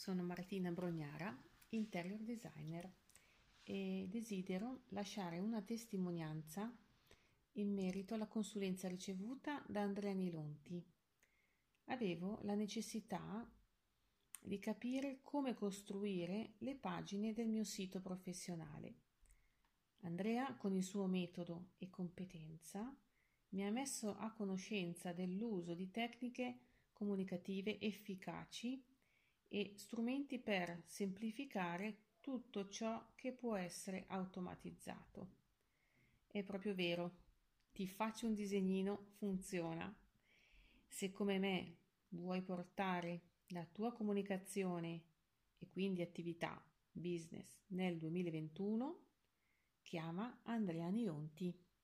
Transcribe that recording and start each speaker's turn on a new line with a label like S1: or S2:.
S1: Sono Martina Brognara, interior designer e desidero lasciare una testimonianza in merito alla consulenza ricevuta da Andrea Nilonti. Avevo la necessità di capire come costruire le pagine del mio sito professionale. Andrea, con il suo metodo e competenza, mi ha messo a conoscenza dell'uso di tecniche comunicative efficaci e strumenti per semplificare tutto ciò che può essere automatizzato. È proprio vero, ti faccio un disegnino, funziona. Se come me vuoi portare la tua comunicazione e quindi attività business nel 2021, chiama Andrea Nilonti.